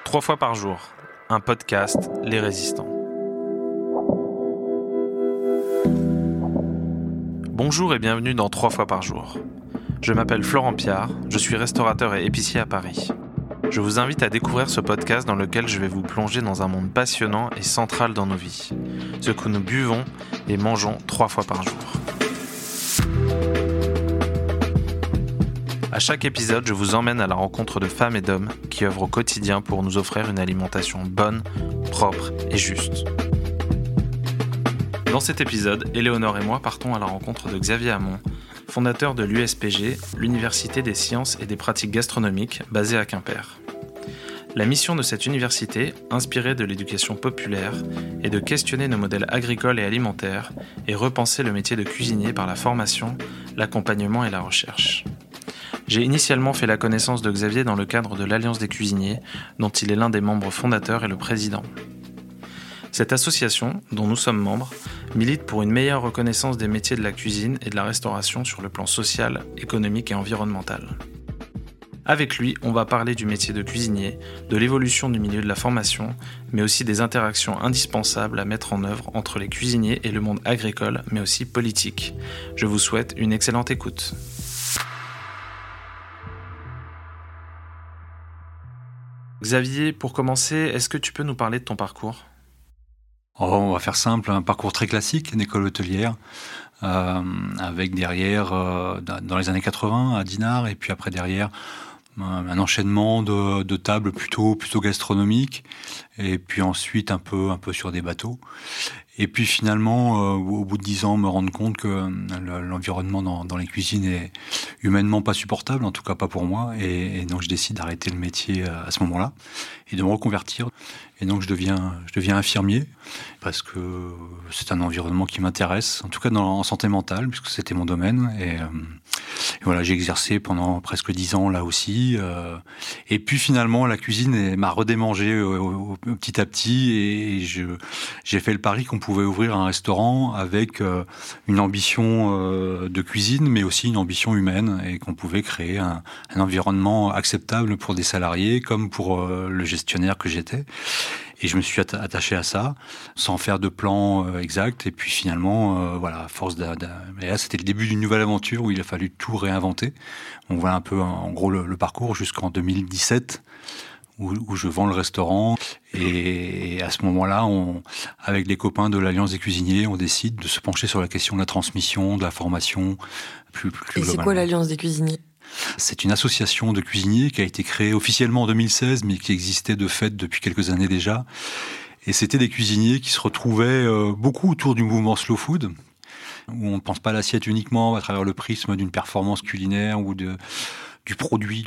3 fois par jour, un podcast Les Résistants. Bonjour et bienvenue dans 3 fois par jour. Je m'appelle Florent Piard, je suis restaurateur et épicier à Paris. Je vous invite à découvrir ce podcast dans lequel je vais vous plonger dans un monde passionnant et central dans nos vies. Ce que nous buvons et mangeons 3 fois par jour. À chaque épisode, je vous emmène à la rencontre de femmes et d'hommes qui œuvrent au quotidien pour nous offrir une alimentation bonne, propre et juste. Dans cet épisode, Éléonore et moi partons à la rencontre de Xavier Hamon, fondateur de l'USPG, l'Université des sciences et des pratiques gastronomiques, basée à Quimper. La mission de cette université, inspirée de l'éducation populaire, est de questionner nos modèles agricoles et alimentaires et repenser le métier de cuisinier par la formation, l'accompagnement et la recherche. J'ai initialement fait la connaissance de Xavier dans le cadre de l'Alliance des cuisiniers, dont il est l'un des membres fondateurs et le président. Cette association, dont nous sommes membres, milite pour une meilleure reconnaissance des métiers de la cuisine et de la restauration sur le plan social, économique et environnemental. Avec lui, on va parler du métier de cuisinier, de l'évolution du milieu de la formation, mais aussi des interactions indispensables à mettre en œuvre entre les cuisiniers et le monde agricole, mais aussi politique. Je vous souhaite une excellente écoute. Xavier, pour commencer, est-ce que tu peux nous parler de ton parcours ? On va faire simple, un parcours très classique, une école hôtelière, avec derrière, dans les années 80, à Dinard, et puis après derrière, un enchaînement de tables plutôt gastronomiques, et puis ensuite un peu sur des bateaux. Et puis finalement, au bout de 10 ans, me rendre compte que l'environnement dans les cuisines est humainement pas supportable, en tout cas pas pour moi, et donc je décide d'arrêter le métier à ce moment-là, et de me reconvertir. Et donc je deviens infirmier, parce que c'est un environnement qui m'intéresse, en tout cas en santé mentale, puisque c'était mon domaine. Et voilà, j'ai exercé pendant presque 10 ans là aussi. Et puis finalement, la cuisine m'a redémangé petit à petit, et j'ai fait le pari qu'on pouvait ouvrir un restaurant avec une ambition de cuisine, mais aussi une ambition humaine, et qu'on pouvait créer un environnement acceptable pour des salariés comme pour le gestionnaire que j'étais. Et je me suis attaché à ça, sans faire de plan exact. Et puis finalement, voilà, à force et là, c'était le début d'une nouvelle aventure où il a fallu tout réinventer. On voit un peu, en gros, le parcours jusqu'en 2017, où je vends le restaurant. Et à ce moment-là, avec les copains de l'Alliance des cuisiniers, on décide de se pencher sur la question de la transmission, de la formation, plus globalement. Et c'est quoi l'Alliance des cuisiniers ? C'est une association de cuisiniers qui a été créée officiellement en 2016, mais qui existait de fait depuis quelques années déjà. Et c'était des cuisiniers qui se retrouvaient beaucoup autour du mouvement Slow Food, où on ne pense pas à l'assiette uniquement à travers le prisme d'une performance culinaire ou du produit.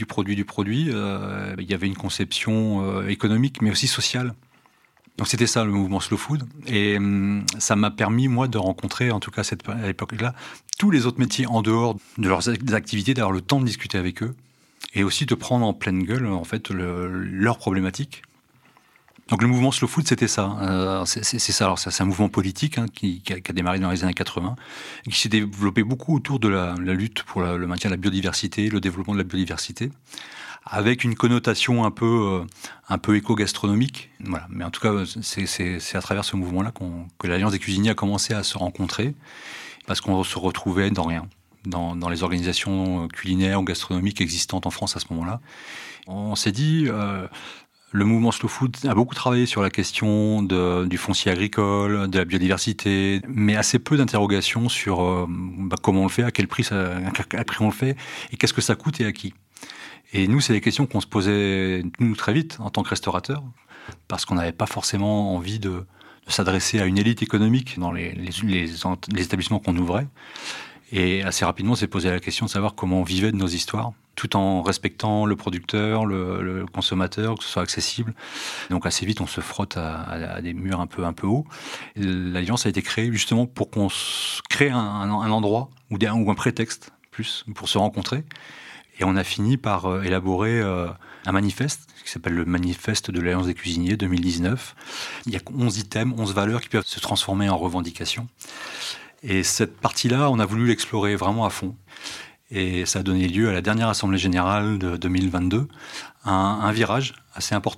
Il y avait une conception économique, mais aussi sociale. Donc c'était ça le mouvement Slow Food, et ça m'a permis moi de rencontrer, en tout cas à l'époque-là, tous les autres métiers en dehors de leurs activités, d'avoir le temps de discuter avec eux, et aussi de prendre en pleine gueule en fait leurs problématiques. Donc le mouvement Slow Food, c'était ça. C'est ça. Alors c'est un mouvement politique qui a démarré dans les années 80, et qui s'est développé beaucoup autour de la lutte pour le maintien de la biodiversité, le développement de la biodiversité, avec une connotation un peu éco-gastronomique. Voilà. Mais en tout cas, c'est à travers ce mouvement-là que l'Alliance des cuisiniers a commencé à se rencontrer, parce qu'on se retrouvait dans rien, dans les organisations culinaires ou gastronomiques existantes en France à ce moment-là. On s'est dit... Le mouvement Slow Food a beaucoup travaillé sur la question du foncier agricole, de la biodiversité, mais assez peu d'interrogations sur comment on le fait, à quel prix on le fait, et qu'est-ce que ça coûte et à qui. Et nous, c'est des questions qu'on se posait nous très vite en tant que restaurateurs, parce qu'on n'avait pas forcément envie de s'adresser à une élite économique dans les établissements qu'on ouvrait. Et assez rapidement, on s'est posé la question de savoir comment on vivait de nos histoires, tout en respectant le producteur, le consommateur, que ce soit accessible. Donc assez vite, on se frotte à des murs un peu hauts. L'Alliance a été créée justement pour qu'on crée un endroit ou un prétexte plus pour se rencontrer. Et on a fini par élaborer un manifeste qui s'appelle le manifeste de l'Alliance des cuisiniers 2019. Il y a 11 items, 11 valeurs qui peuvent se transformer en revendications. Et cette partie-là, on a voulu l'explorer vraiment à fond. Et ça a donné lieu à la dernière Assemblée Générale de 2022, un virage assez important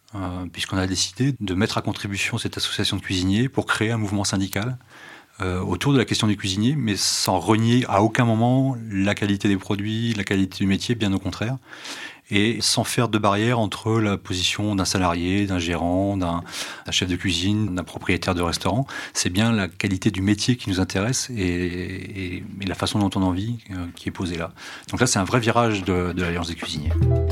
puisqu'on a décidé de mettre à contribution cette association de cuisiniers pour créer un mouvement syndical autour de la question du cuisinier, mais sans renier à aucun moment la qualité des produits, la qualité du métier, bien au contraire, et sans faire de barrière entre la position d'un salarié, d'un gérant, d'un chef de cuisine, d'un propriétaire de restaurant. C'est bien la qualité du métier qui nous intéresse et la façon dont on en vit qui est posée là. Donc là, c'est un vrai virage de l'Alliance des cuisiniers.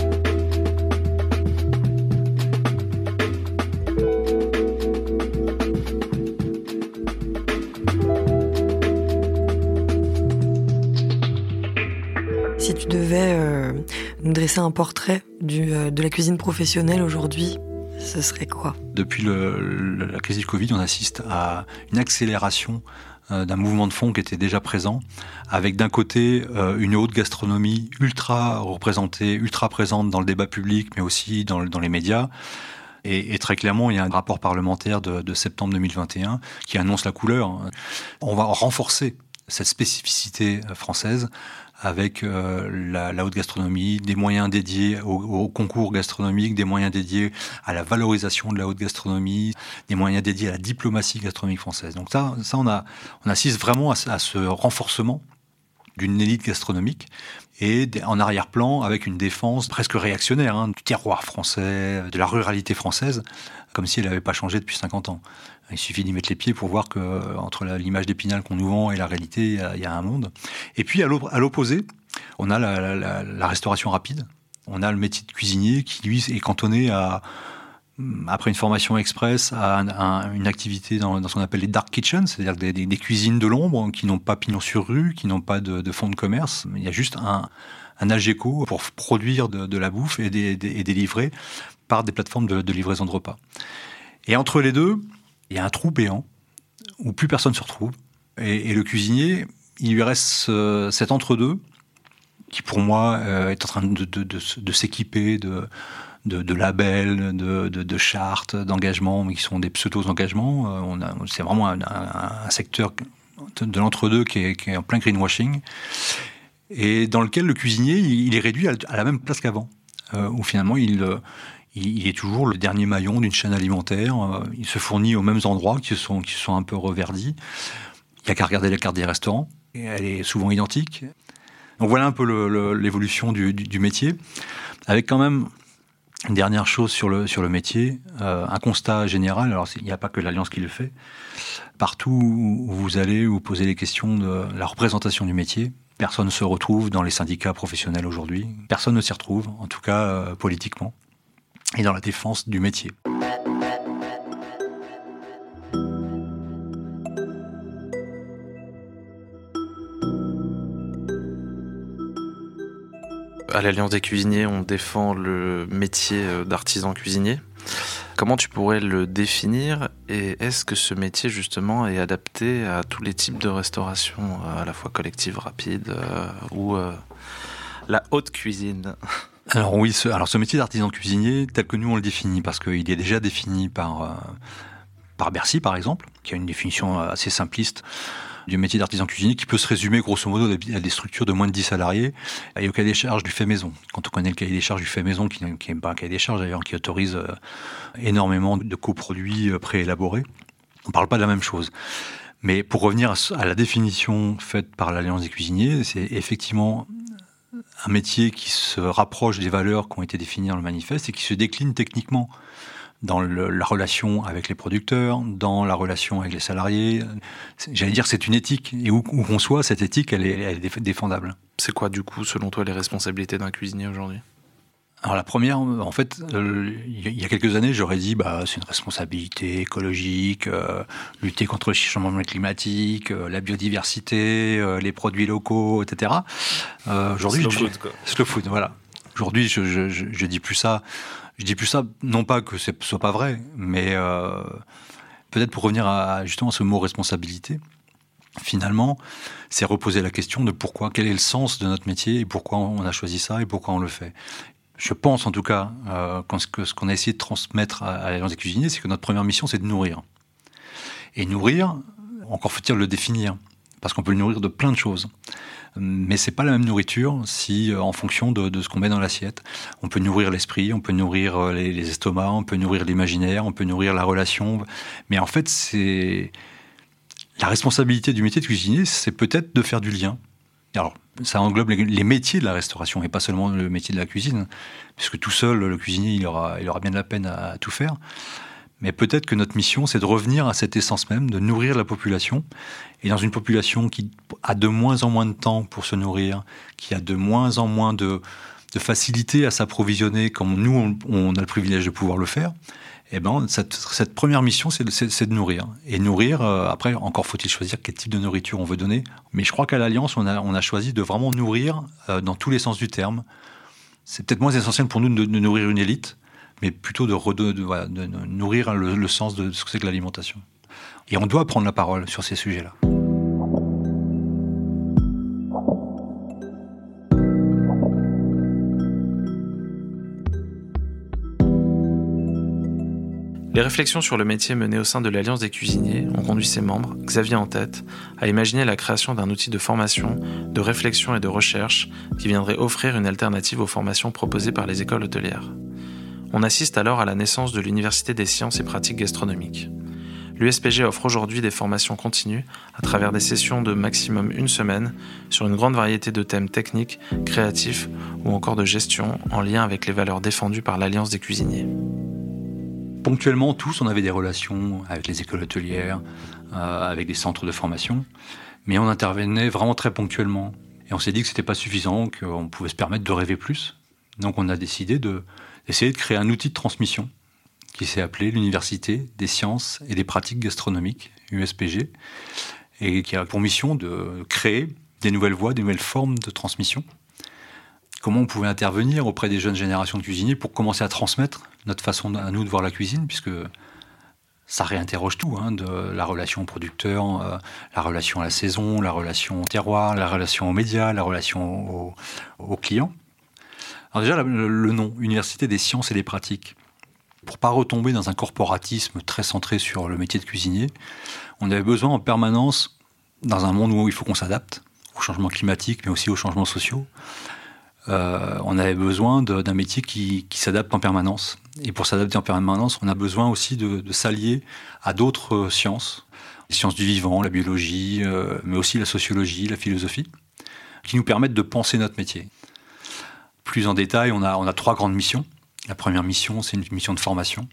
Si tu devais nous dresser un portrait de la cuisine professionnelle aujourd'hui, ce serait quoi ? Depuis la crise du Covid, on assiste à une accélération d'un mouvement de fond qui était déjà présent, avec d'un côté une haute gastronomie ultra représentée, ultra présente dans le débat public, mais aussi dans les médias. Et très clairement, il y a un rapport parlementaire de septembre 2021 qui annonce la couleur. On va renforcer cette spécificité française avec la haute gastronomie, des moyens dédiés au concours gastronomique, des moyens dédiés à la valorisation de la haute gastronomie, des moyens dédiés à la diplomatie gastronomique française. Donc ça on assiste vraiment à ce renforcement d'une élite gastronomique et en arrière-plan avec une défense presque réactionnaire du terroir français, de la ruralité française, comme si elle n'avait pas changé depuis 50 ans. Il suffit d'y mettre les pieds pour voir qu'entre l'image d'Épinal qu'on nous vend et la réalité, il y a un monde. Et puis à l'opposé, on a la restauration rapide. On a le métier de cuisinier qui, lui, est cantonné après une formation express, à une activité dans ce qu'on appelle les dark kitchens, c'est-à-dire des cuisines de l'ombre qui n'ont pas pignon sur rue, qui n'ont pas de fonds de commerce. Il y a juste un Algeco pour produire de la bouffe et délivrer par des plateformes de livraison de repas. Et entre les deux, il y a un trou béant où plus personne se retrouve. Et le cuisinier, il lui reste cet entre-deux qui, pour moi, est en train de s'équiper de labels, de chartes, d'engagements, mais qui sont des pseudo-engagements. C'est vraiment un secteur de l'entre-deux qui est en plein greenwashing et dans lequel le cuisinier, il est réduit à la même place qu'avant, où finalement il est toujours le dernier maillon d'une chaîne alimentaire. Il se fournit aux mêmes endroits qui sont un peu reverdis. Il n'y a qu'à regarder la carte des restaurants. Et elle est souvent identique. Donc voilà un peu l'évolution du métier. Avec quand même une dernière chose sur le métier, un constat général. Alors il n'y a pas que l'Alliance qui le fait. Partout où vous allez, vous posez les questions de la représentation du métier. Personne ne se retrouve dans les syndicats professionnels aujourd'hui. Personne ne s'y retrouve, en tout cas politiquement. Et dans la défense du métier. À l'Alliance des cuisiniers, on défend le métier d'artisan cuisinier. Comment tu pourrais le définir et est-ce que ce métier justement est adapté à tous les types de restauration, à la fois collective, rapide ou la haute cuisine ? Alors oui, ce métier d'artisan cuisinier, tel que nous on le définit, parce qu'il est déjà défini par Bercy par exemple, qui a une définition assez simpliste du métier d'artisan cuisinier qui peut se résumer grosso modo à des structures de moins de 10 salariés et au cahier des charges du fait maison. Quand on connaît le cahier des charges du fait maison, qui n'est pas un cahier des charges d'ailleurs, qui autorise énormément de coproduits préélaborés, on ne parle pas de la même chose. Mais pour revenir à la définition faite par l'Alliance des cuisiniers, c'est effectivement un métier qui se rapproche des valeurs qui ont été définies dans le manifeste et qui se décline techniquement dans la relation avec les producteurs, dans la relation avec les salariés. J'allais dire c'est une éthique, et où qu'on soit, cette éthique, elle est défendable. C'est quoi du coup, selon toi, les responsabilités d'un cuisinier aujourd'hui ? Alors la première, en fait, il y a quelques années, j'aurais dit c'est une responsabilité écologique, lutter contre le changement climatique, la biodiversité, les produits locaux, etc. Aujourd'hui, slow food, voilà. Aujourd'hui, je dis plus ça. Je dis plus ça, non pas que ce soit pas vrai, mais peut-être pour revenir justement à ce mot responsabilité. Finalement, c'est reposer la question de quel est le sens de notre métier et pourquoi on a choisi ça et pourquoi on le fait. Je pense en tout cas que ce qu'on a essayé de transmettre à l'Alliance des cuisiniers, c'est que notre première mission, c'est de nourrir. Et nourrir, encore faut-il le définir. parce qu'on peut le nourrir de plein de choses. Mais c'est pas la même nourriture si, en fonction de ce qu'on met dans l'assiette. On peut nourrir l'esprit, on peut nourrir les estomacs, on peut nourrir l'imaginaire, on peut nourrir la relation. Mais en fait, c'est la responsabilité du métier de cuisinier, c'est peut-être de faire du lien. Alors, ça englobe les métiers de la restauration et pas seulement le métier de la cuisine, puisque tout seul, le cuisinier, il aura bien de la peine à tout faire. Mais peut-être que notre mission, c'est de revenir à cette essence même, de nourrir la population. Et dans une population qui a de moins en moins de temps pour se nourrir, qui a de moins en moins de facilité à s'approvisionner, comme nous, on a le privilège de pouvoir le faire, eh ben, cette première mission, c'est de nourrir. Et nourrir, après, encore faut-il choisir quel type de nourriture on veut donner. Mais je crois qu'à l'Alliance, on a choisi de vraiment nourrir dans tous les sens du terme. C'est peut-être moins essentiel pour nous de nourrir une élite, mais plutôt de nourrir le sens de ce que c'est que l'alimentation. Et on doit prendre la parole sur ces sujets-là. Les réflexions sur le métier menées au sein de l'Alliance des cuisiniers ont conduit ses membres, Xavier en tête, à imaginer la création d'un outil de formation, de réflexion et de recherche qui viendrait offrir une alternative aux formations proposées par les écoles hôtelières. On assiste alors à la naissance de l'Université des sciences et pratiques gastronomiques. L'USPG offre aujourd'hui des formations continues à travers des sessions de maximum 1 semaine sur une grande variété de thèmes techniques, créatifs ou encore de gestion en lien avec les valeurs défendues par l'Alliance des cuisiniers. Ponctuellement, tous, on avait des relations avec les écoles hôtelières, avec des centres de formation, mais on intervenait vraiment très ponctuellement. Et on s'est dit que c'était pas suffisant, qu'on pouvait se permettre de rêver plus. Donc on a décidé d'essayer de créer un outil de transmission qui s'est appelé l'Université des sciences et des pratiques gastronomiques, USPG, et qui a pour mission de créer des nouvelles voies, des nouvelles formes de transmission. Comment on pouvait intervenir auprès des jeunes générations de cuisiniers pour commencer à transmettre notre façon à nous de voir la cuisine, puisque ça réinterroge tout, de la relation au producteur, la relation à la saison, la relation au terroir, la relation aux médias, la relation aux clients. Alors déjà, le nom, Université des sciences et des pratiques. Pour pas retomber dans un corporatisme très centré sur le métier de cuisinier, on avait besoin en permanence, dans un monde où il faut qu'on s'adapte aux changements climatiques, mais aussi aux changements sociaux, on avait besoin d'un métier qui s'adapte en permanence. Et pour s'adapter en permanence, on a besoin aussi de s'allier à d'autres sciences, les sciences du vivant, la biologie, mais aussi la sociologie, la philosophie, qui nous permettent de penser notre métier. Plus en détail, on a 3 grandes missions. La première mission, c'est une mission de formation.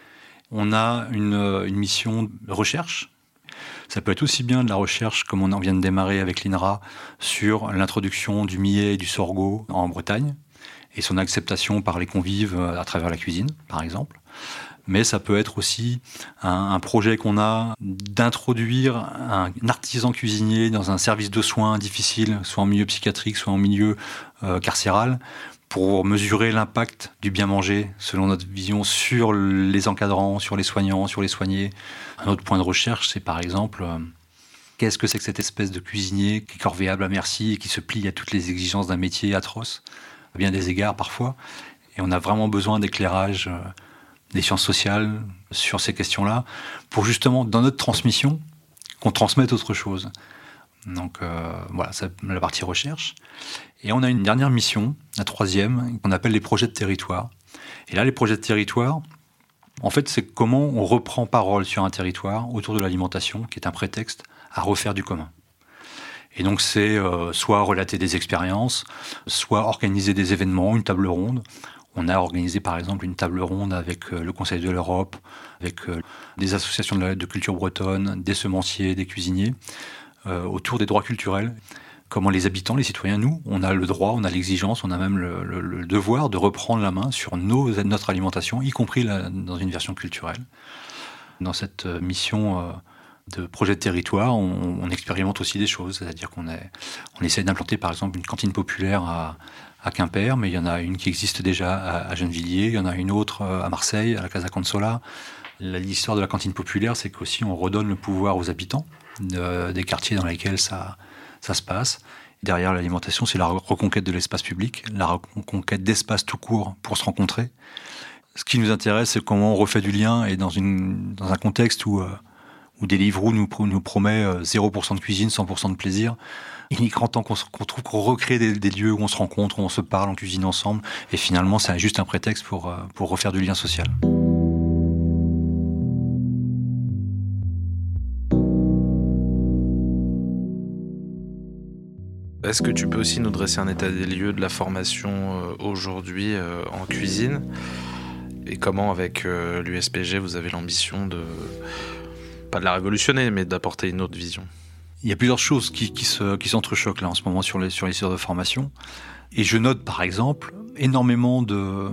On a une mission de recherche. Ça peut être aussi bien de la recherche, comme on en vient de démarrer avec l'INRA, sur l'introduction du millet et du sorgho en Bretagne, et son acceptation par les convives à travers la cuisine, par exemple. Mais ça peut être aussi un projet qu'on a d'introduire un artisan cuisinier dans un service de soins difficile, soit en milieu psychiatrique, soit en milieu carcéral, pour mesurer l'impact du bien manger, selon notre vision, sur les encadrants, sur les soignants, sur les soignés. Un autre point de recherche, c'est par exemple, qu'est-ce que c'est que cette espèce de cuisinier qui est corvéable à merci et qui se plie à toutes les exigences d'un métier atroce, à bien des égards parfois. Et on a vraiment besoin d'éclairage des sciences sociales sur ces questions-là, pour justement, dans notre transmission, qu'on transmette autre chose. Donc voilà, c'est la partie recherche. Et on a une dernière mission, la 3e, qu'on appelle les projets de territoire. Et là, les projets de territoire, en fait, c'est comment on reprend parole sur un territoire autour de l'alimentation, qui est un prétexte à refaire du commun. Et donc c'est soit relater des expériences, soit organiser des événements, une table ronde. On a organisé par exemple une table ronde avec le Conseil de l'Europe, avec des associations de culture bretonne, des semenciers, des cuisiniers, autour des droits culturels. Comment les habitants, les citoyens, nous, on a le droit, on a l'exigence, on a même le devoir de reprendre la main sur notre alimentation, y compris dans une version culturelle. Dans cette mission de projet de territoire, on expérimente aussi des choses, c'est-à-dire qu'on essaie d'implanter par exemple une cantine populaire à Quimper, mais il y en a une qui existe déjà à Gennevilliers, il y en a une autre à Marseille, à la Casa Consola. L'histoire de la cantine populaire, c'est qu'aussi on redonne le pouvoir aux habitants des quartiers dans lesquels ça se passe. Derrière l'alimentation, c'est la reconquête de l'espace public, la reconquête d'espace tout court pour se rencontrer. Ce qui nous intéresse, c'est comment on refait du lien, et dans un contexte où où Deliveroo nous promet 0% de cuisine, 100% de plaisir. Il est grand temps qu'on recrée des lieux où on se rencontre, où on se parle, on cuisine ensemble. Et finalement, c'est juste un prétexte pour refaire du lien social. Est-ce que tu peux aussi nous dresser un état des lieux de la formation aujourd'hui en cuisine ? Et comment, avec l'USPG, vous avez l'ambition pas de la révolutionner, mais d'apporter une autre vision ? Il y a plusieurs choses qui s'entrechoquent là en ce moment sur les séjours de formation. Et je note par exemple énormément de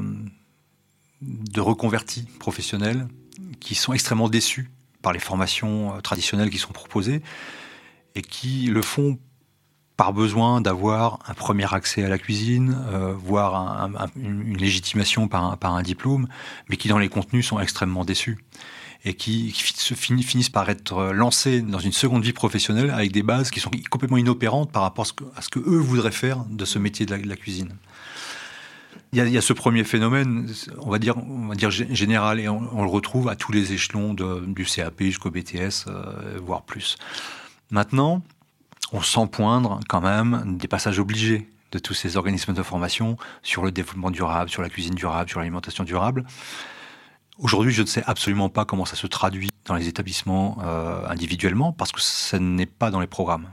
reconvertis professionnels qui sont extrêmement déçus par les formations traditionnelles qui sont proposées et qui le font par besoin d'avoir un premier accès à la cuisine, voire une légitimation par un diplôme, mais qui dans les contenus sont extrêmement déçus. Et qui finissent par être lancés dans une seconde vie professionnelle avec des bases qui sont complètement inopérantes par rapport à ce que eux voudraient faire de ce métier de la cuisine. Il y a ce premier phénomène, on va dire général, et on le retrouve à tous les échelons du CAP jusqu'au BTS, voire plus. Maintenant, on sent poindre quand même des passages obligés de tous ces organismes de formation sur le développement durable, sur la cuisine durable, sur l'alimentation durable. Aujourd'hui, je ne sais absolument pas comment ça se traduit dans les établissements individuellement, parce que ça n'est pas dans les programmes.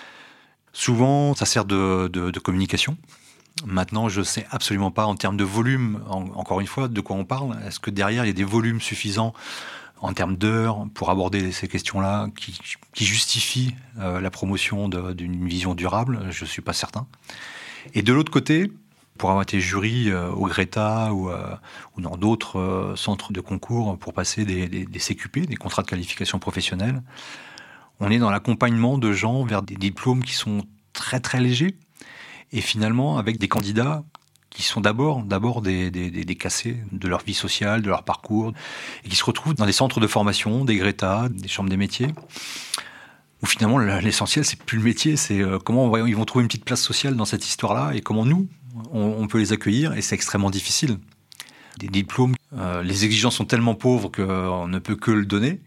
Souvent, ça sert de communication. Maintenant, je ne sais absolument pas en termes de volume, encore une fois, de quoi on parle. Est-ce que derrière, il y a des volumes suffisants en termes d'heures pour aborder ces questions-là qui justifient la promotion d'une vision durable? Je ne suis pas certain. Et de l'autre côté, pour avoir été jury au Greta ou dans d'autres centres de concours pour passer des CQP, des contrats de qualification professionnelle, on est dans l'accompagnement de gens vers des diplômes qui sont très très légers et finalement avec des candidats qui sont d'abord des cassés de leur vie sociale, de leur parcours, et qui se retrouvent dans des centres de formation, des Greta, des chambres des métiers, où finalement l'essentiel c'est plus le métier, c'est comment ils vont trouver une petite place sociale dans cette histoire-là et comment nous on peut les accueillir, et c'est extrêmement difficile. Des diplômes, les exigences sont tellement pauvres qu'on ne peut que le donner.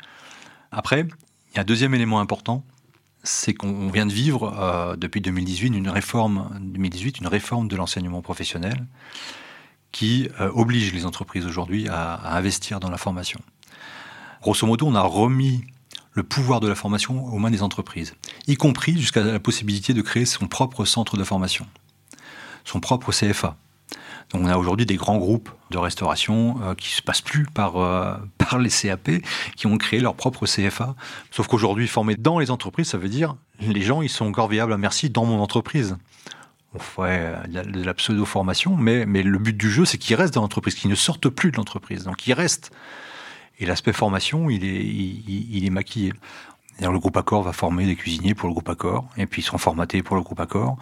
Après, il y a un deuxième élément important, c'est qu'on vient de vivre depuis 2018 une réforme de l'enseignement professionnel qui oblige les entreprises aujourd'hui à investir dans la formation. Grosso modo, on a remis le pouvoir de la formation aux mains des entreprises, y compris jusqu'à la possibilité de créer son propre centre de formation, son propre CFA. Donc on a aujourd'hui des grands groupes de restauration qui ne se passent plus par les CAP, qui ont créé leur propre CFA. Sauf qu'aujourd'hui, former dans les entreprises, ça veut dire les gens ils sont corvéables à merci dans mon entreprise. On fait de la pseudo-formation, mais le but du jeu, c'est qu'ils restent dans l'entreprise, qu'ils ne sortent plus de l'entreprise. Donc ils restent. Et l'aspect formation, il est maquillé. D'ailleurs, le groupe Accor va former des cuisiniers pour le groupe Accor, et puis ils seront formatés pour le groupe Accor.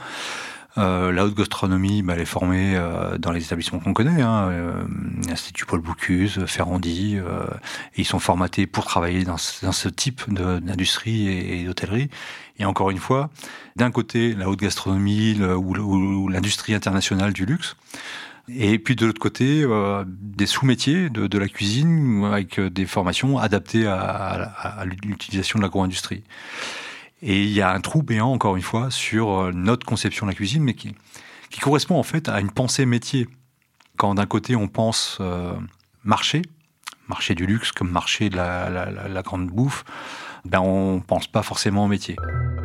La haute gastronomie, elle est formée dans les établissements qu'on connaît, Institut Paul Bocuse, Ferrandi, et ils sont formatés pour travailler dans ce type d'industrie et d'hôtellerie. Et encore une fois, d'un côté, la haute gastronomie ou l'industrie internationale du luxe, et puis de l'autre côté, des sous-métiers de la cuisine avec des formations adaptées à l'utilisation de l'agro-industrie. Et il y a un trou béant, encore une fois, sur notre conception de la cuisine, mais qui correspond en fait à une pensée métier. Quand d'un côté on pense marché du luxe comme marché de la grande bouffe, on ne pense pas forcément au métier.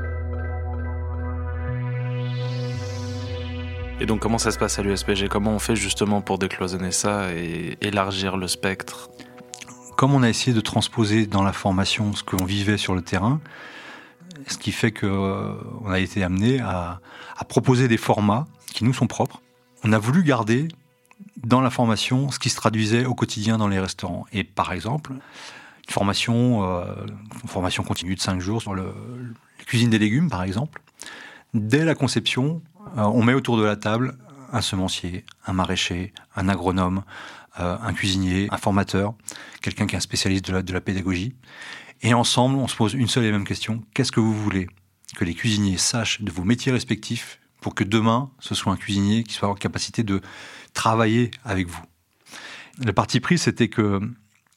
Et donc comment ça se passe à l'USPG ? Comment on fait justement pour décloisonner ça et élargir le spectre ? Comme on a essayé de transposer dans la formation ce que l'on vivait sur le terrain, ce qui fait qu'on a été amené à proposer des formats qui nous sont propres. On a voulu garder dans la formation ce qui se traduisait au quotidien dans les restaurants. Et par exemple, une formation continue de 5 jours sur la cuisine des légumes, par exemple. Dès la conception, on met autour de la table un semencier, un maraîcher, un agronome, un cuisinier, un formateur, quelqu'un qui est un spécialiste de la pédagogie. Et ensemble, on se pose une seule et même question. Qu'est-ce que vous voulez que les cuisiniers sachent de vos métiers respectifs pour que demain, ce soit un cuisinier qui soit en capacité de travailler avec vous ? Le parti pris, c'était que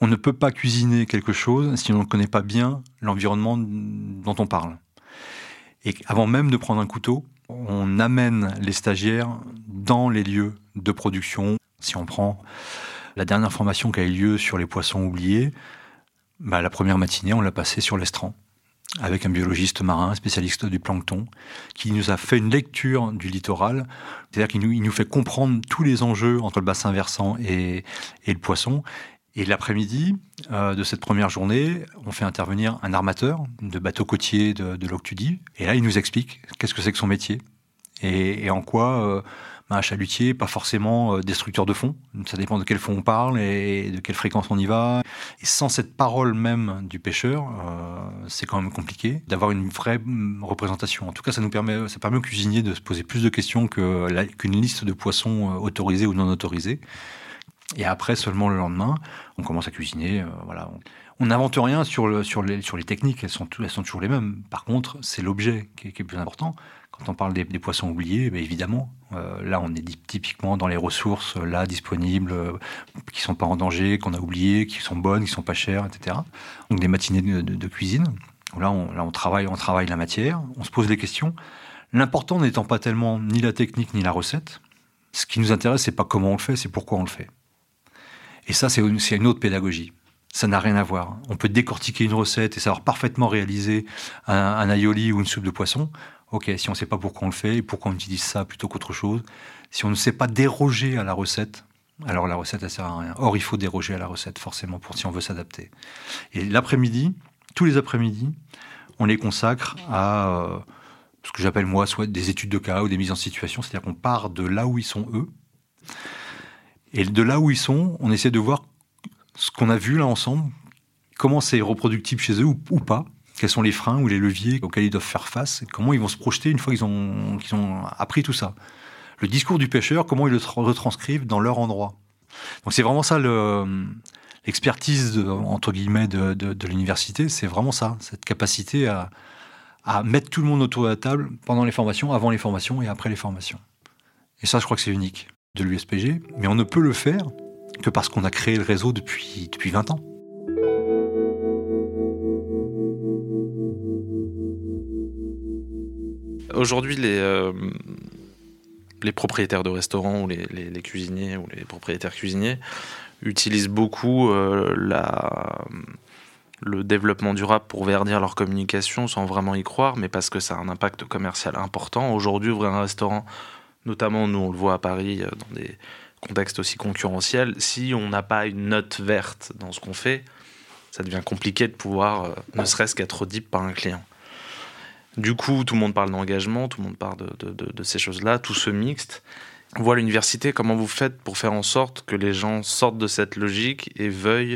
On ne peut pas cuisiner quelque chose si on ne connaît pas bien l'environnement dont on parle. Et avant même de prendre un couteau, on amène les stagiaires dans les lieux de production. Si on prend la dernière formation qui a eu lieu sur les poissons oubliés, la première matinée, on l'a passée sur l'estran, avec un biologiste marin, spécialiste du plancton, qui nous a fait une lecture du littoral, c'est-à-dire qu'il nous fait comprendre tous les enjeux entre le bassin versant et le poisson. Et l'après-midi de cette première journée, on fait intervenir un armateur de bateau côtier de l'Octudie. Et là, il nous explique qu'est-ce que c'est que son métier et en quoi un chalutier, pas forcément destructeur de fond. Ça dépend de quel fond on parle et de quelle fréquence on y va. Et sans cette parole même du pêcheur, c'est quand même compliqué d'avoir une vraie représentation. En tout cas, ça permet aux cuisiniers de se poser plus de questions qu'une liste de poissons autorisés ou non autorisés. Et après, seulement le lendemain, on commence à cuisiner. On n'invente rien sur les techniques, elles sont toujours les mêmes. Par contre, c'est l'objet qui est plus important. Quand on parle des poissons oubliés, évidemment, là on est typiquement dans les ressources là disponibles, qui ne sont pas en danger, qu'on a oubliées, qui sont bonnes, qui ne sont pas chères, etc. Donc des matinées de cuisine. Là on travaille la matière, on se pose des questions. L'important n'étant pas tellement ni la technique ni la recette. Ce qui nous intéresse, c'est pas comment on le fait, c'est pourquoi on le fait. Et ça, c'est une autre pédagogie. Ça n'a rien à voir. On peut décortiquer une recette et savoir parfaitement réaliser un aioli ou une soupe de poisson. Ok, si on ne sait pas pourquoi on le fait et pourquoi on utilise ça plutôt qu'autre chose, si on ne sait pas déroger à la recette, alors la recette, elle ne sert à rien. Or, il faut déroger à la recette, forcément, si on veut s'adapter. Et l'après-midi, tous les après-midi, on les consacre à ce que j'appelle, moi, soit des études de cas ou des mises en situation. C'est-à-dire qu'on part de là où ils sont, eux. Et de là où ils sont, on essaie de voir ce qu'on a vu là ensemble, comment c'est reproductible chez eux ou pas, quels sont les freins ou les leviers auxquels ils doivent faire face, et comment ils vont se projeter une fois qu'ils ont appris tout ça. Le discours du pêcheur, comment ils le retranscrivent dans leur endroit. Donc c'est vraiment ça l'expertise entre guillemets de l'université, c'est vraiment ça, cette capacité à mettre tout le monde autour de la table pendant les formations, avant les formations et après les formations. Et ça, je crois que c'est unique de l'USPG, mais on ne peut le faire que parce qu'on a créé le réseau depuis 20 ans. Aujourd'hui, les propriétaires de restaurants ou les cuisiniers ou les propriétaires cuisiniers utilisent beaucoup le développement durable pour verdir leur communication sans vraiment y croire, mais parce que ça a un impact commercial important. Aujourd'hui, ouvrir un restaurant, notamment nous on le voit à Paris dans des contextes aussi concurrentiels, si on n'a pas une note verte dans ce qu'on fait, ça devient compliqué de pouvoir ne serait-ce qu'être audible par un client. Du coup, tout le monde parle d'engagement, tout le monde parle de ces choses-là, tout se mixte. Voilà, l'université, comment vous faites pour faire en sorte que les gens sortent de cette logique et veuillent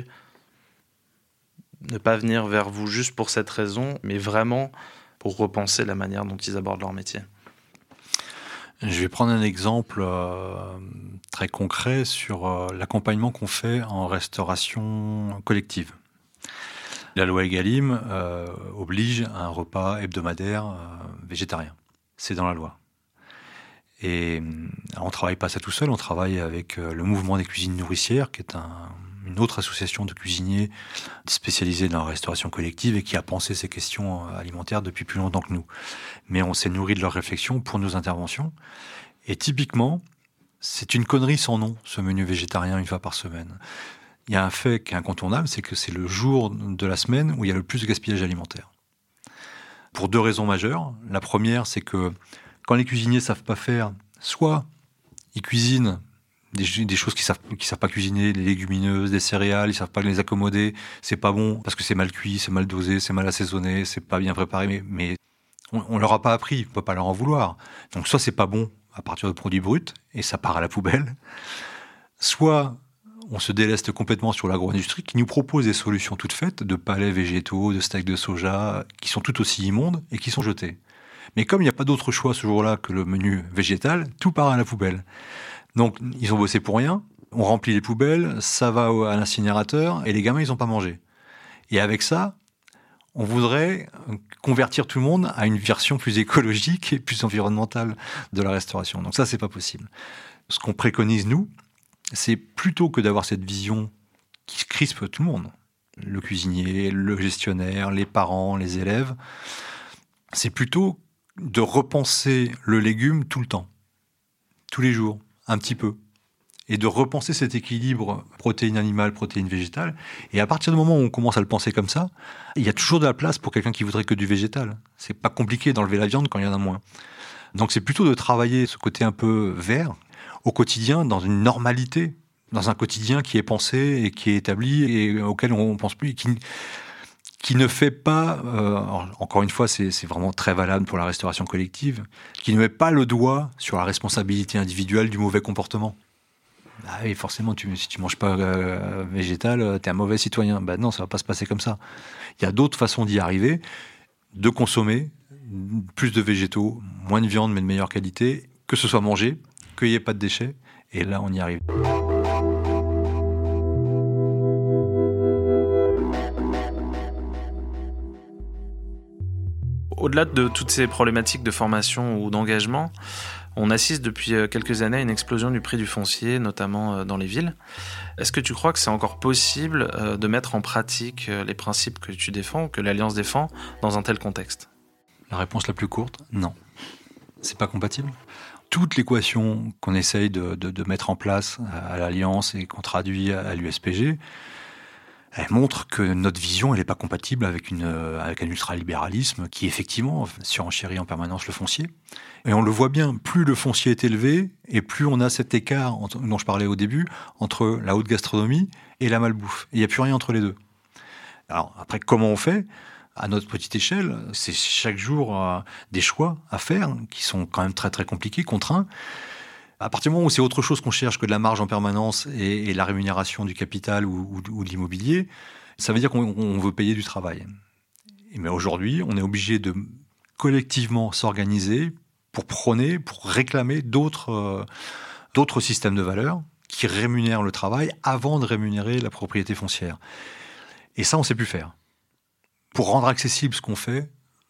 ne pas venir vers vous juste pour cette raison, mais vraiment pour repenser la manière dont ils abordent leur métier? Je vais prendre un exemple très concret sur l'accompagnement qu'on fait en restauration collective. La loi Egalim oblige à un repas hebdomadaire végétarien. C'est dans la loi. Et on ne travaille pas ça tout seul, on travaille avec le mouvement des cuisines nourricières, qui est une autre association de cuisiniers spécialisés dans la restauration collective et qui a pensé ces questions alimentaires depuis plus longtemps que nous. Mais on s'est nourri de leurs réflexions pour nos interventions. Et typiquement, c'est une connerie sans nom, ce menu végétarien une fois par semaine. Il y a un fait qui est incontournable, c'est que c'est le jour de la semaine où il y a le plus de gaspillage alimentaire. Pour 2 raisons majeures. La première, c'est que quand les cuisiniers ne savent pas faire, soit ils cuisinent des choses qu'ils savent pas cuisiner, des légumineuses, des céréales, ils savent pas les accommoder, c'est pas bon parce que c'est mal cuit, c'est mal dosé, c'est mal assaisonné, c'est pas bien préparé, mais on leur a pas appris, on peut pas leur en vouloir. Donc soit c'est pas bon à partir de produits bruts et ça part à la poubelle, soit on se déleste complètement sur l'agro-industrie qui nous propose des solutions toutes faites de palets végétaux, de steaks de soja qui sont tout aussi immondes et qui sont jetés. Mais comme il n'y a pas d'autre choix ce jour-là que le menu végétal, tout part à la poubelle. Donc, ils ont bossé pour rien, on remplit les poubelles, ça va à l'incinérateur, et les gamins, ils n'ont pas mangé. Et avec ça, on voudrait convertir tout le monde à une version plus écologique et plus environnementale de la restauration. Donc ça, c'est pas possible. Ce qu'on préconise, nous, c'est plutôt que d'avoir cette vision qui crispe tout le monde. Le cuisinier, le gestionnaire, les parents, les élèves. C'est plutôt de repenser le légume tout le temps, tous les jours, un petit peu. Et de repenser cet équilibre protéines animales, protéines végétales. Et à partir du moment où on commence à le penser comme ça, il y a toujours de la place pour quelqu'un qui voudrait que du végétal. C'est pas compliqué d'enlever la viande quand il y en a moins. Donc c'est plutôt de travailler ce côté un peu vert au quotidien, dans une normalité, dans un quotidien qui est pensé et qui est établi et auquel on ne pense plus, et qui ne fait pas, encore une fois c'est vraiment très valable pour la restauration collective, qui ne met pas le doigt sur la responsabilité individuelle du mauvais comportement. Ah oui, forcément, si tu manges pas végétal, t'es un mauvais citoyen. Ben non, ça va pas se passer comme ça. Il y a d'autres façons d'y arriver, de consommer plus de végétaux, moins de viande mais de meilleure qualité, que ce soit mangé, qu'il n'y ait pas de déchets, et là on y arrive. Au-delà de toutes ces problématiques de formation ou d'engagement, on assiste depuis quelques années à une explosion du prix du foncier, notamment dans les villes. Est-ce que tu crois que c'est encore possible de mettre en pratique les principes que tu défends, que l'Alliance défend, dans un tel contexte ? La réponse la plus courte, non. C'est pas compatible. Toute l'équation qu'on essaye de mettre en place à l'Alliance et qu'on traduit à l'USPG, elle montre que notre vision, elle n'est pas compatible avec un ultralibéralisme qui, effectivement, surenchérit en permanence le foncier. Et on le voit bien, plus le foncier est élevé, et plus on a cet écart dont je parlais au début, entre la haute gastronomie et la malbouffe. Il n'y a plus rien entre les deux. Alors, après, comment on fait ? À notre petite échelle, c'est chaque jour des choix à faire, qui sont quand même très, très compliqués, contraints. À partir du moment où c'est autre chose qu'on cherche que de la marge en permanence et la rémunération du capital ou de l'immobilier, ça veut dire qu'on veut payer du travail. Mais aujourd'hui, on est obligé de collectivement s'organiser pour prôner, pour réclamer d'autres systèmes de valeurs qui rémunèrent le travail avant de rémunérer la propriété foncière. Et ça, on ne sait plus faire. Pour rendre accessible ce qu'on fait,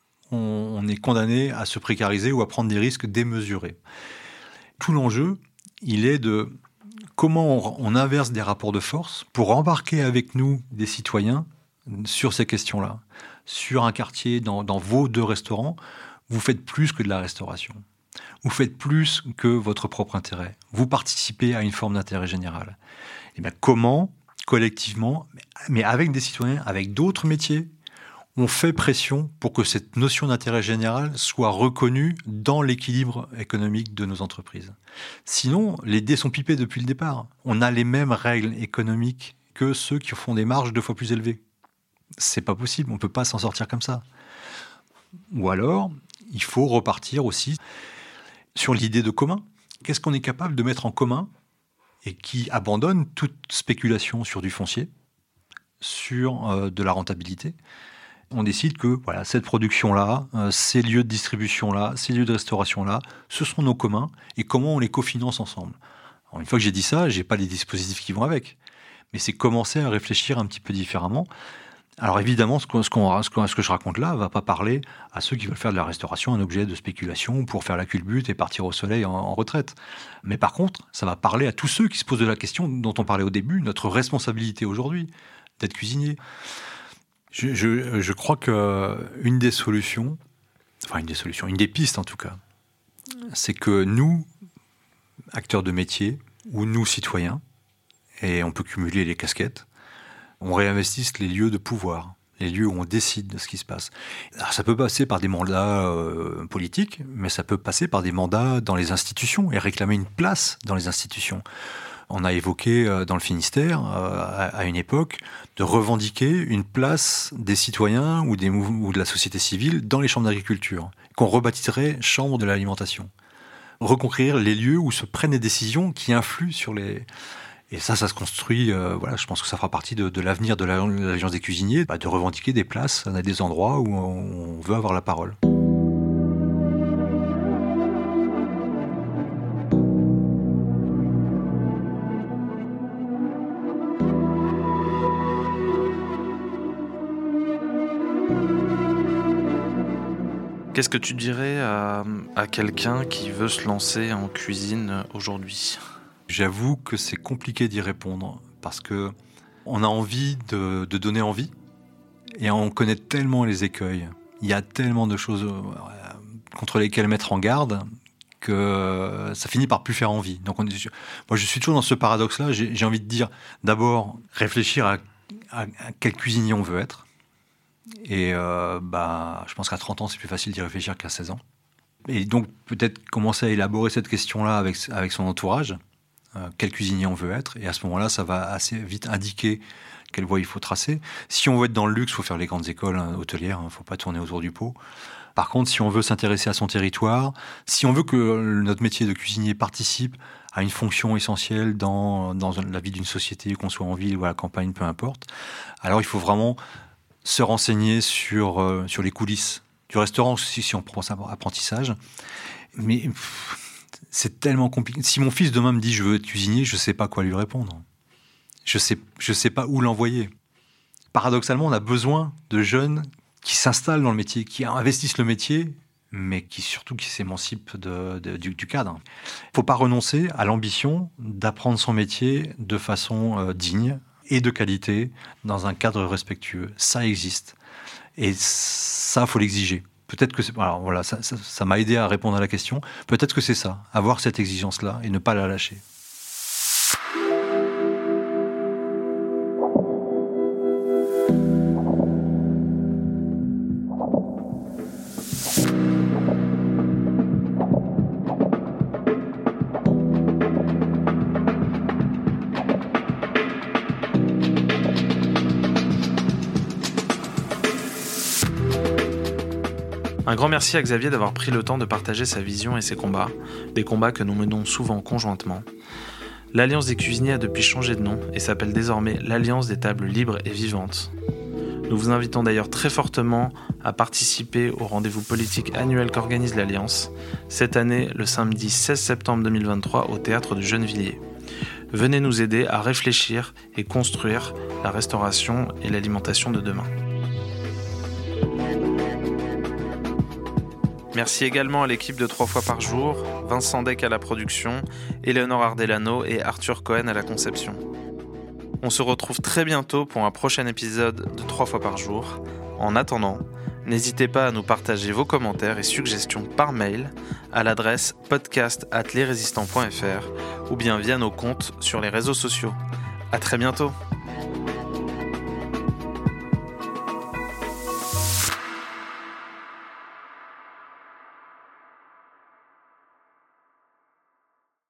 on est condamné à se précariser ou à prendre des risques démesurés. Tout l'enjeu, il est de comment on inverse des rapports de force pour embarquer avec nous des citoyens sur ces questions-là. Sur un quartier, dans vos 2 restaurants, vous faites plus que de la restauration. Vous faites plus que votre propre intérêt. Vous participez à une forme d'intérêt général. Et bien, comment, collectivement, mais avec des citoyens, avec d'autres métiers, on fait pression pour que cette notion d'intérêt général soit reconnue dans l'équilibre économique de nos entreprises. Sinon, les dés sont pipés depuis le départ. On a les mêmes règles économiques que ceux qui font des marges 2 fois plus élevées. C'est pas possible, on peut pas s'en sortir comme ça. Ou alors, il faut repartir aussi sur l'idée de commun. Qu'est-ce qu'on est capable de mettre en commun et qui abandonne toute spéculation sur du foncier, sur de la rentabilité ? On décide que voilà, cette production-là, ces lieux de distribution-là, ces lieux de restauration-là, ce sont nos communs et comment on les cofinance ensemble. Alors, une fois que j'ai dit ça, je n'ai pas les dispositifs qui vont avec. Mais c'est commencer à réfléchir un petit peu différemment. Alors évidemment, ce que je raconte là ne va pas parler à ceux qui veulent faire de la restauration un objet de spéculation pour faire la culbute et partir au soleil en retraite. Mais par contre, ça va parler à tous ceux qui se posent de la question dont on parlait au début, notre responsabilité aujourd'hui, d'être cuisinier. Je crois qu'une des solutions, une des pistes en tout cas, c'est que nous, acteurs de métier, ou nous, citoyens, et on peut cumuler les casquettes, on réinvestisse les lieux de pouvoir, les lieux où on décide de ce qui se passe. Alors, ça peut passer par des mandats politiques, mais ça peut passer par des mandats dans les institutions et réclamer une place dans les institutions. On a évoqué dans le Finistère, à une époque, de revendiquer une place des citoyens ou de la société civile dans les chambres d'agriculture, qu'on rebaptiserait chambres de l'alimentation. Reconquérir les lieux où se prennent des décisions qui influent sur les... Et ça se construit, je pense que ça fera partie de l'avenir de l'Alliance des cuisiniers, de revendiquer des places à des endroits où on veut avoir la parole. Qu'est-ce que tu dirais à quelqu'un qui veut se lancer en cuisine aujourd'hui ? J'avoue que c'est compliqué d'y répondre parce que On a envie de donner envie, et on connaît tellement les écueils. Il y a tellement de choses contre lesquelles mettre en garde que ça finit par plus faire envie. Donc moi, je suis toujours dans ce paradoxe-là. J'ai envie de dire, d'abord, réfléchir à quel cuisinier on veut être. Et je pense qu'à 30 ans, c'est plus facile d'y réfléchir qu'à 16 ans. Et donc, peut-être commencer à élaborer cette question-là avec son entourage. Quel cuisinier on veut être. Et à ce moment-là, ça va assez vite indiquer quelle voie il faut tracer. Si on veut être dans le luxe, il faut faire les grandes écoles hôtelières. Il ne faut pas tourner autour du pot. Par contre, si on veut s'intéresser à son territoire, si on veut que notre métier de cuisinier participe à une fonction essentielle dans la vie d'une société, qu'on soit en ville ou à la campagne, peu importe, alors il faut vraiment se renseigner sur les coulisses du restaurant, si on prend ça apprentissage. Mais c'est tellement compliqué. Si mon fils demain me dit « je veux être cuisinier », je ne sais pas quoi lui répondre. Je sais pas où l'envoyer. Paradoxalement, on a besoin de jeunes qui s'installent dans le métier, qui investissent le métier, mais qui s'émancipent du cadre. Il ne faut pas renoncer à l'ambition d'apprendre son métier de façon digne et de qualité, dans un cadre respectueux. Ça existe. Et ça, il faut l'exiger. Peut-être que alors voilà, ça m'a aidé à répondre à la question. Peut-être que c'est ça, avoir cette exigence-là et ne pas la lâcher. Un grand merci à Xavier d'avoir pris le temps de partager sa vision et ses combats, des combats que nous menons souvent conjointement. L'Alliance des cuisiniers a depuis changé de nom et s'appelle désormais l'Alliance des tables libres et vivantes. Nous vous invitons d'ailleurs très fortement à participer au rendez-vous politique annuel qu'organise l'Alliance, cette année le samedi 16 septembre 2023 au théâtre de Gennevilliers. Venez nous aider à réfléchir et construire la restauration et l'alimentation de demain. Merci également à l'équipe de 3 fois par jour, Vincent Deck à la production, Éléonore Ardelano et Arthur Cohen à la conception. On se retrouve très bientôt pour un prochain épisode de 3 fois par jour. En attendant, n'hésitez pas à nous partager vos commentaires et suggestions par mail à l'adresse podcast@lesrésistants.fr ou bien via nos comptes sur les réseaux sociaux. À très bientôt!